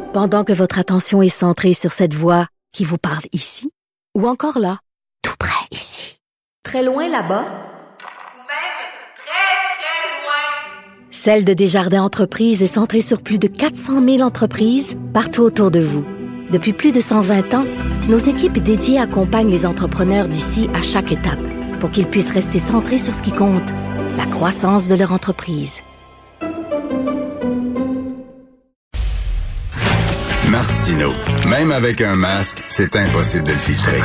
Pendant que votre attention est centrée sur cette voix qui vous parle ici, ou encore là, tout près ici, très loin là-bas, ou même très, très loin. Celle de Desjardins Entreprises est centrée sur plus de 400 000 entreprises partout autour de vous. Depuis plus de 120 ans, nos équipes dédiées accompagnent les entrepreneurs d'ici à chaque étape pour qu'ils puissent rester centrés sur ce qui compte, la croissance de leur entreprise. Martineau, même avec un masque, c'est impossible de le filtrer.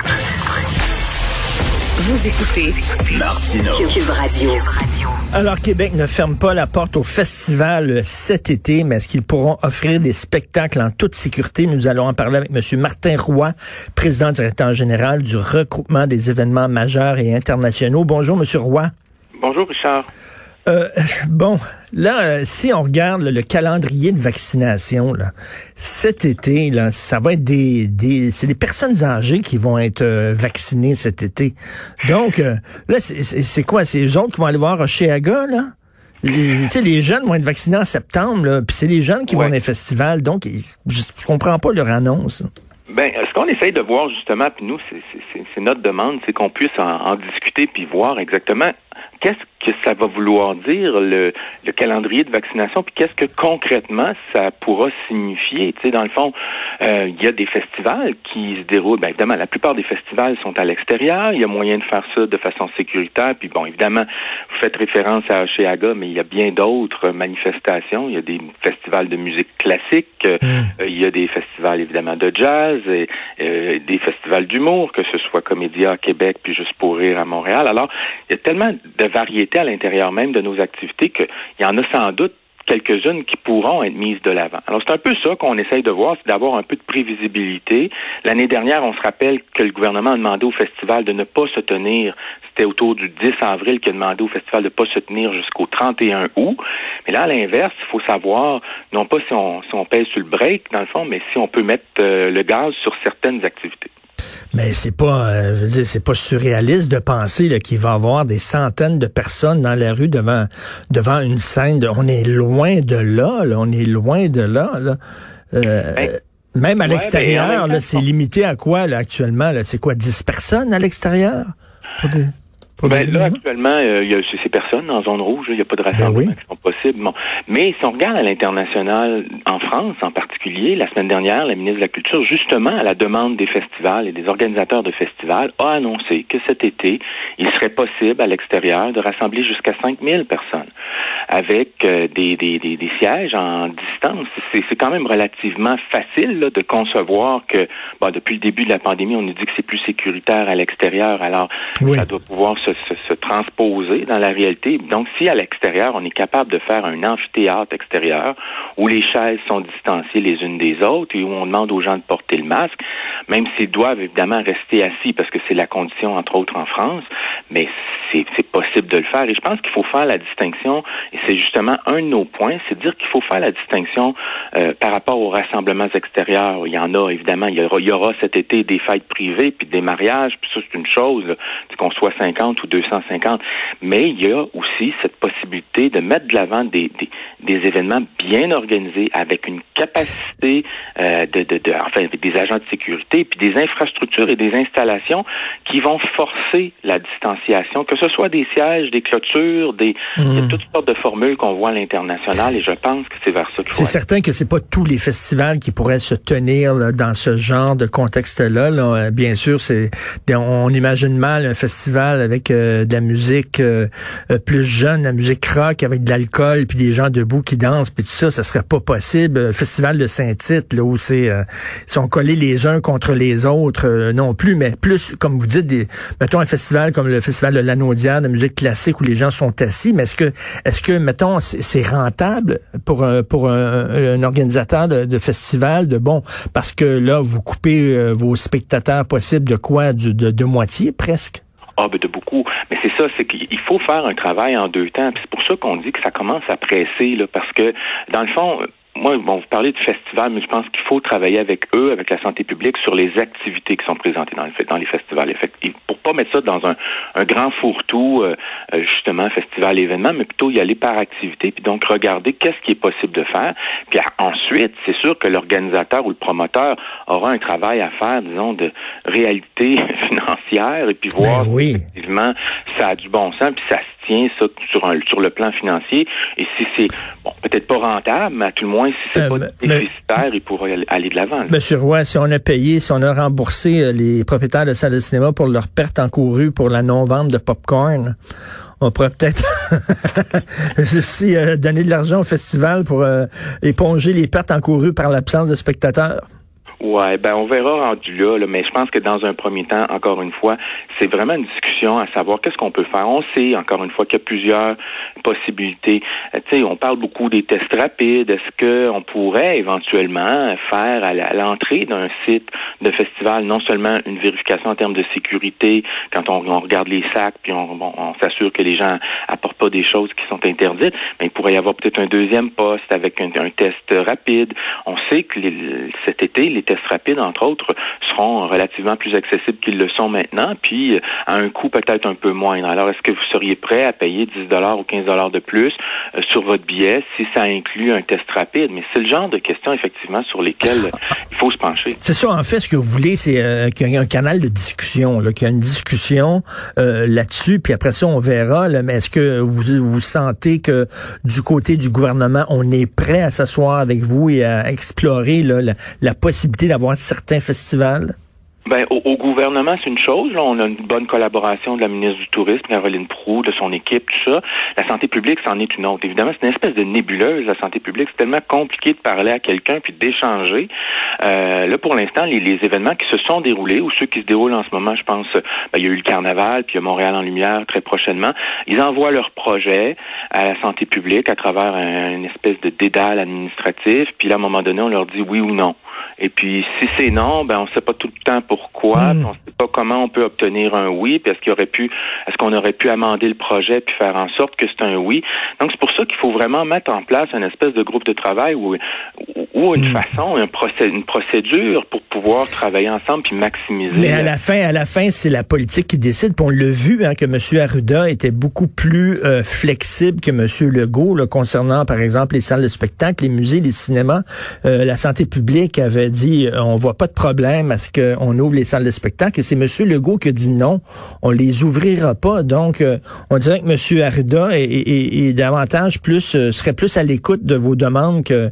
Vous écoutez Martineau. Cube Radio. Alors, Québec ne ferme pas la porte au festival cet été, mais est-ce qu'ils pourront offrir des spectacles en toute sécurité? Nous allons en parler avec M. Martin Roy, président directeur général du regroupement des événements majeurs et internationaux. Bonjour, M. Roy. Bonjour, Richard. Bon, là, si on regarde le calendrier de vaccination, là, cet été, là, ça va être c'est des personnes âgées qui vont être vaccinées cet été. Donc, là, c'est quoi? C'est eux autres qui vont aller voir Hochelaga, là? Tu sais, les jeunes vont être vaccinés en septembre, là, puis c'est les jeunes qui vont dans les festivals. Donc, je comprends pas leur annonce. Ben, ce qu'on essaye de voir, justement, puis nous, c'est notre demande, c'est qu'on puisse en discuter puis voir exactement qu'est-ce que ça va vouloir dire, le calendrier de vaccination, puis qu'est-ce que concrètement ça pourra signifier. Tu sais, dans le fond, il y a des festivals qui se déroulent. Ben, évidemment, la plupart des festivals sont à l'extérieur. Il y a moyen de faire ça de façon sécuritaire. Puis bon, évidemment, vous faites référence à Hochelaga, mais il y a bien d'autres manifestations. Il y a des festivals de musique classique. Il y a des festivals, évidemment, de jazz, et des festivals d'humour, que ce soit Comédia à Québec, puis Juste pour rire à Montréal. Alors, il y a tellement de variétés à l'intérieur même de nos activités qu'il y en a sans doute quelques-unes qui pourront être mises de l'avant. Alors, c'est un peu ça qu'on essaye de voir, c'est d'avoir un peu de prévisibilité. L'année dernière, on se rappelle que le gouvernement a demandé au festival de ne pas se tenir. C'était autour du 10 avril qu'il a demandé au festival de ne pas se tenir jusqu'au 31 août. Mais là, à l'inverse, il faut savoir, non pas si on pèse sur le break, dans le fond, mais si on peut mettre le gaz sur certaines activités. Mais c'est pas, je veux dire, c'est pas surréaliste de penser là, qu'il va y avoir des centaines de personnes dans la rue devant une scène. On est loin de là, on est loin de là. Même à l'extérieur, là, c'est limité à quoi là, actuellement? Là, c'est quoi, 10 personnes à l'extérieur? Là, actuellement, il y a ces personnes en zone rouge, il n'y a pas de rassemblement qui sont possibles. Bon. Mais si on regarde à l'international, en France en particulier, la semaine dernière, la ministre de la Culture, justement à la demande des festivals et des organisateurs de festivals, a annoncé que cet été, il serait possible à l'extérieur de rassembler jusqu'à 5000 personnes avec des sièges en distance. C'est quand même relativement facile là, de concevoir que depuis le début de la pandémie, on nous dit que c'est plus sécuritaire à l'extérieur. Alors, ça doit pouvoir se transposer dans la réalité. Donc, si à l'extérieur, on est capable de faire un amphithéâtre extérieur où les chaises sont distanciées les unes des autres et où on demande aux gens de porter le masque, même s'ils doivent évidemment rester assis parce que c'est la condition, entre autres, en France, mais c'est possible de le faire. Et je pense qu'il faut faire la distinction, et c'est justement un de nos points, c'est de dire qu'il faut faire la distinction par rapport aux rassemblements extérieurs. Il y en a, évidemment, il y aura cet été des fêtes privées, puis des mariages, puis ça, c'est une chose, là, qu'on soit 50 ou 250, mais il y a aussi cette possibilité de mettre de l'avant des événements bien organisés avec une capacité avec des agents de sécurité, puis des infrastructures et des installations qui vont forcer la distanciation, que ce soit des sièges, des clôtures, il y a toutes sortes de formules qu'on voit à l'international, et je pense que c'est vers ça qu'il faut aller. C'est certain que c'est pas tous les festivals qui pourraient se tenir là, dans ce genre de contexte-là. Là. Bien sûr, on imagine mal un festival avec de la musique plus jeune, la musique rock avec de l'alcool, puis des gens debout qui dansent, puis tout ça, ça serait pas possible. Festival de Saint-Tite, là où ils sont collés les uns contre les autres, non plus, mais plus, comme vous dites, mettons un festival comme le festival de Lanaudière, de musique classique où les gens sont assis, mais est-ce que mettons, c'est rentable pour un organisateur de festival parce que là, vous coupez vos spectateurs possibles de quoi? De moitié, presque? De beaucoup. Mais c'est ça, c'est qu'il faut faire un travail en deux temps. Puis c'est pour ça qu'on dit que ça commence à presser, là, parce que, dans le fond, moi, bon, vous parlez de festival, mais je pense qu'il faut travailler avec eux, avec la santé publique, sur les activités qui sont présentées dans les festivals. Pour pas mettre ça dans un grand fourre-tout, justement, festival, événement, mais plutôt y aller par activité, puis donc regarder qu'est-ce qui est possible de faire. Puis ensuite, c'est sûr que l'organisateur ou le promoteur aura un travail à faire, disons, de réalité financière, et puis voir si effectivement ça a du bon sens, puis ça se tient ça sur le plan financier. Et si c'est peut-être pas rentable, mais à tout le moins, si c'est pas déficitaire, il pourra aller de l'avant. Monsieur Roy, si on a remboursé les propriétaires de salles de cinéma pour leur perte encourue pour la non-vente de popcorn, on pourrait peut-être aussi donner de l'argent au festival pour éponger les pertes encourues par l'absence de spectateurs. Ouais, on verra rendu là, mais je pense que dans un premier temps, encore une fois, c'est vraiment une discussion à savoir qu'est-ce qu'on peut faire. On sait, encore une fois, qu'il y a plusieurs possibilités. Tu sais, on parle beaucoup des tests rapides. Est-ce qu'on pourrait éventuellement faire à l'entrée d'un site de festival non seulement une vérification en termes de sécurité, quand on regarde les sacs, puis on s'assure que les gens apportent pas des choses qui sont interdites, mais il pourrait y avoir peut-être un deuxième poste avec un test rapide. On sait que cet été, les tests rapides, entre autres, seront relativement plus accessibles qu'ils le sont maintenant, puis à un coût peut-être un peu moindre. Alors, est-ce que vous seriez prêt à payer 10 $ ou 15 $ de plus sur votre billet si ça inclut un test rapide? Mais c'est le genre de questions, effectivement, sur lesquelles il faut se pencher. C'est ça, en fait, ce que vous voulez, c'est qu'il y ait un canal de discussion, là, qu'il y ait une discussion là-dessus, puis après ça, on verra, là, mais est-ce que vous sentez que du côté du gouvernement, on est prêt à s'asseoir avec vous et à explorer là, la possibilité d'avoir certains festivals? Au gouvernement, c'est une chose. Là, on a une bonne collaboration de la ministre du Tourisme, Caroline Proulx, de son équipe, tout ça. La santé publique, c'en est une autre. Évidemment, c'est une espèce de nébuleuse, la santé publique. C'est tellement compliqué de parler à quelqu'un puis d'échanger. Là, pour l'instant, les événements qui se sont déroulés, ou ceux qui se déroulent en ce moment, je pense, il y a eu le Carnaval, puis il y a Montréal en lumière très prochainement. Ils envoient leurs projets à la santé publique à travers une espèce de dédale administratif. Puis là, à un moment donné, on leur dit oui ou non. Et puis, si c'est non, on ne sait pas tout le temps pourquoi, on ne sait pas comment on peut obtenir un oui, puis est-ce qu'on aurait pu amender le projet puis faire en sorte que c'est un oui. Donc, c'est pour ça qu'il faut vraiment mettre en place une espèce de groupe de travail ou une façon, une procédure pour pouvoir travailler ensemble puis maximiser. Mais à la fin, c'est la politique qui décide. Puis on l'a vu, que M. Arruda était beaucoup plus flexible que M. Legault là, concernant, par exemple, les salles de spectacle, les musées, les cinémas. La santé publique avait dit on voit pas de problème à ce qu'on ouvre les salles de spectacle. Et c'est M. Legault qui a dit non, on les ouvrira pas. Donc, on dirait que M. Arruda est davantage serait plus à l'écoute de vos demandes que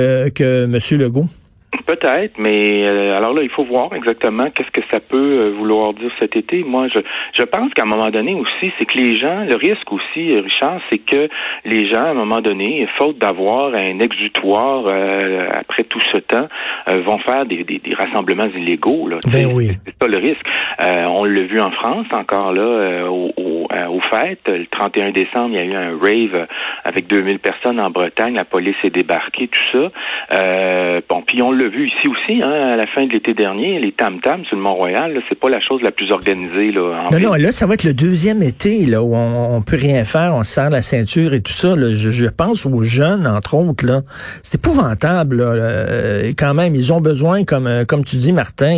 M. Legault. Peut-être, mais alors là, il faut voir exactement qu'est-ce que ça peut vouloir dire cet été. Moi, je pense qu'à un moment donné aussi, c'est que les gens, le risque aussi, Richard, c'est que les gens, à un moment donné, faute d'avoir un exutoire après tout ce temps, vont faire des rassemblements illégaux. Là, oui. C'est ça le risque. On l'a vu en France encore là, aux fêtes. Le 31 décembre, il y a eu un rave avec 2000 personnes en Bretagne. La police est débarquée, tout ça. Puis on l'a vu ici aussi, à la fin de l'été dernier, les tam-tams sur le Mont-Royal, là, c'est pas la chose la plus organisée. Là, non, là, ça va être le deuxième été là, où on peut rien faire, on se serre la ceinture et tout ça. Là. Je pense aux jeunes, entre autres. Là. C'est épouvantable. Là. Quand même, ils ont besoin, comme tu dis, Martin,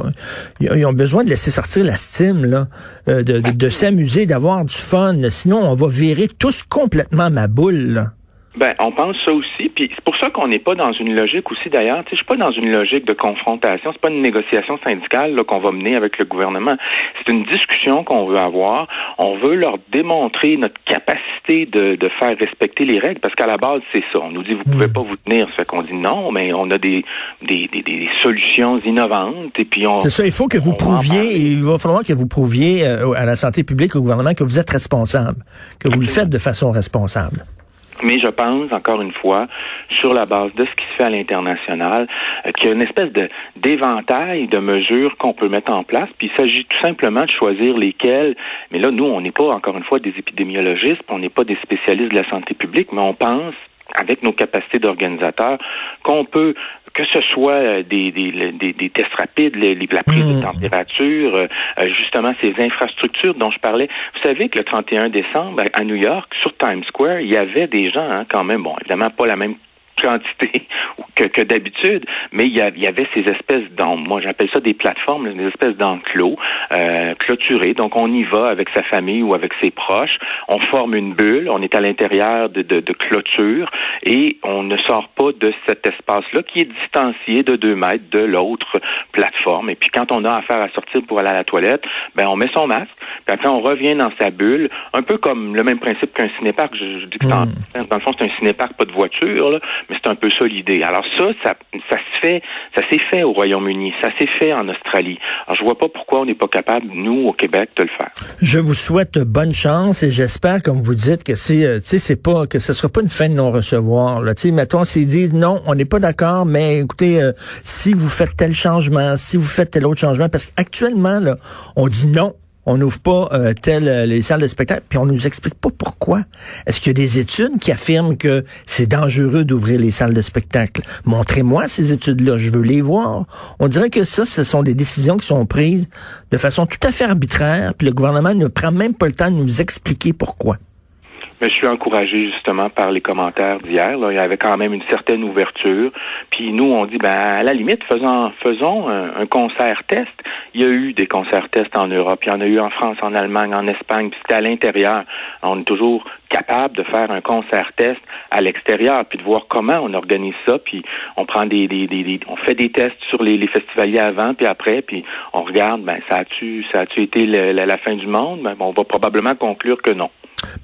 ils ont besoin de laisser sortir la stime, là, de s'amuser, d'avoir du fun. Sinon, on va virer tous complètement ma boule. Là. On pense ça aussi, puis c'est pour ça qu'on n'est pas dans une logique aussi d'ailleurs. Tu sais, je suis pas dans une logique de confrontation. C'est pas une négociation syndicale là, qu'on va mener avec le gouvernement. C'est une discussion qu'on veut avoir. On veut leur démontrer notre capacité de faire respecter les règles, parce qu'à la base c'est ça. On nous dit vous pouvez pas vous tenir, ça fait qu'on dit non, mais on a des solutions innovantes et puis c'est ça. Il faut que vous prouviez. Il va falloir que vous prouviez à la santé publique, au gouvernement, que vous êtes responsable, que vous le faites de façon responsable. Mais je pense, encore une fois, sur la base de ce qui se fait à l'international, qu'il y a une espèce d'éventail de mesures qu'on peut mettre en place, puis il s'agit tout simplement de choisir lesquelles. Mais là, nous, on n'est pas, encore une fois, des épidémiologistes, on n'est pas des spécialistes de la santé publique, mais on pense, avec nos capacités d'organisateurs, qu'on peut, que ce soit des tests rapides, la prise de température, justement ces infrastructures dont je parlais. Vous savez que le 31 décembre, à New York, sur Times Square, il y avait des gens, quand même, bon, évidemment pas la même quantité que d'habitude, mais il y avait ces espèces d'enclos. Moi, j'appelle ça des plateformes, des espèces d'enclos clôturés. Donc, on y va avec sa famille ou avec ses proches. On forme une bulle. On est à l'intérieur de clôture et on ne sort pas de cet espace-là qui est distancié de 2 mètres de l'autre plateforme. Et puis, quand on a affaire à sortir pour aller à la toilette, ben on met son masque. Puis après, on revient dans sa bulle, un peu comme le même principe qu'un cinéparc. Je dis que dans le fond, c'est un cinéparc, pas de voiture, là, mais c'est un peu ça l'idée. Alors ça s'est fait au Royaume-Uni, ça s'est fait en Australie. Alors je vois pas pourquoi on n'est pas capable, nous, au Québec, de le faire. Je vous souhaite bonne chance et j'espère, comme vous dites, que c'est pas, que ce sera pas une fin de non-recevoir, là. Tu sais, mettons, s'ils disent non, on n'est pas d'accord, mais écoutez, si vous faites tel changement, si vous faites tel autre changement, parce qu'actuellement, là, on dit non. On n'ouvre pas les salles de spectacle, puis on nous explique pas pourquoi. Est-ce qu'il y a des études qui affirment que c'est dangereux d'ouvrir les salles de spectacle? Montrez-moi ces études-là, je veux les voir. On dirait que ça, ce sont des décisions qui sont prises de façon tout à fait arbitraire, puis le gouvernement ne prend même pas le temps de nous expliquer pourquoi. Mais je suis encouragé justement par les commentaires d'hier. Là, il y avait quand même une certaine ouverture. Puis nous, on dit, à la limite, faisons un concert test. Il y a eu des concerts tests en Europe. Il y en a eu en France, en Allemagne, en Espagne. Puis c'était à l'intérieur. On est toujours capable de faire un concert test à l'extérieur, puis de voir comment on organise ça. Puis on prend on fait des tests sur les festivaliers avant, puis après, puis on regarde, ça a-tu été la fin du monde? On va probablement conclure que non.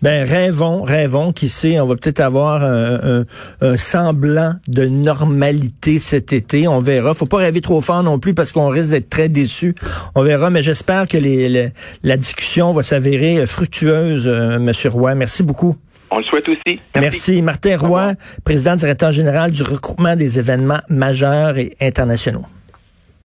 Rêvons, qui sait, on va peut-être avoir un semblant de normalité cet été. On verra. Faut pas rêver trop fort non plus parce qu'on risque d'être très déçus. On verra, mais j'espère que la discussion va s'avérer fructueuse, Monsieur Roy. Merci beaucoup. On le souhaite aussi. Merci. Martin Roy, président directeur général du regroupement des événements majeurs et internationaux.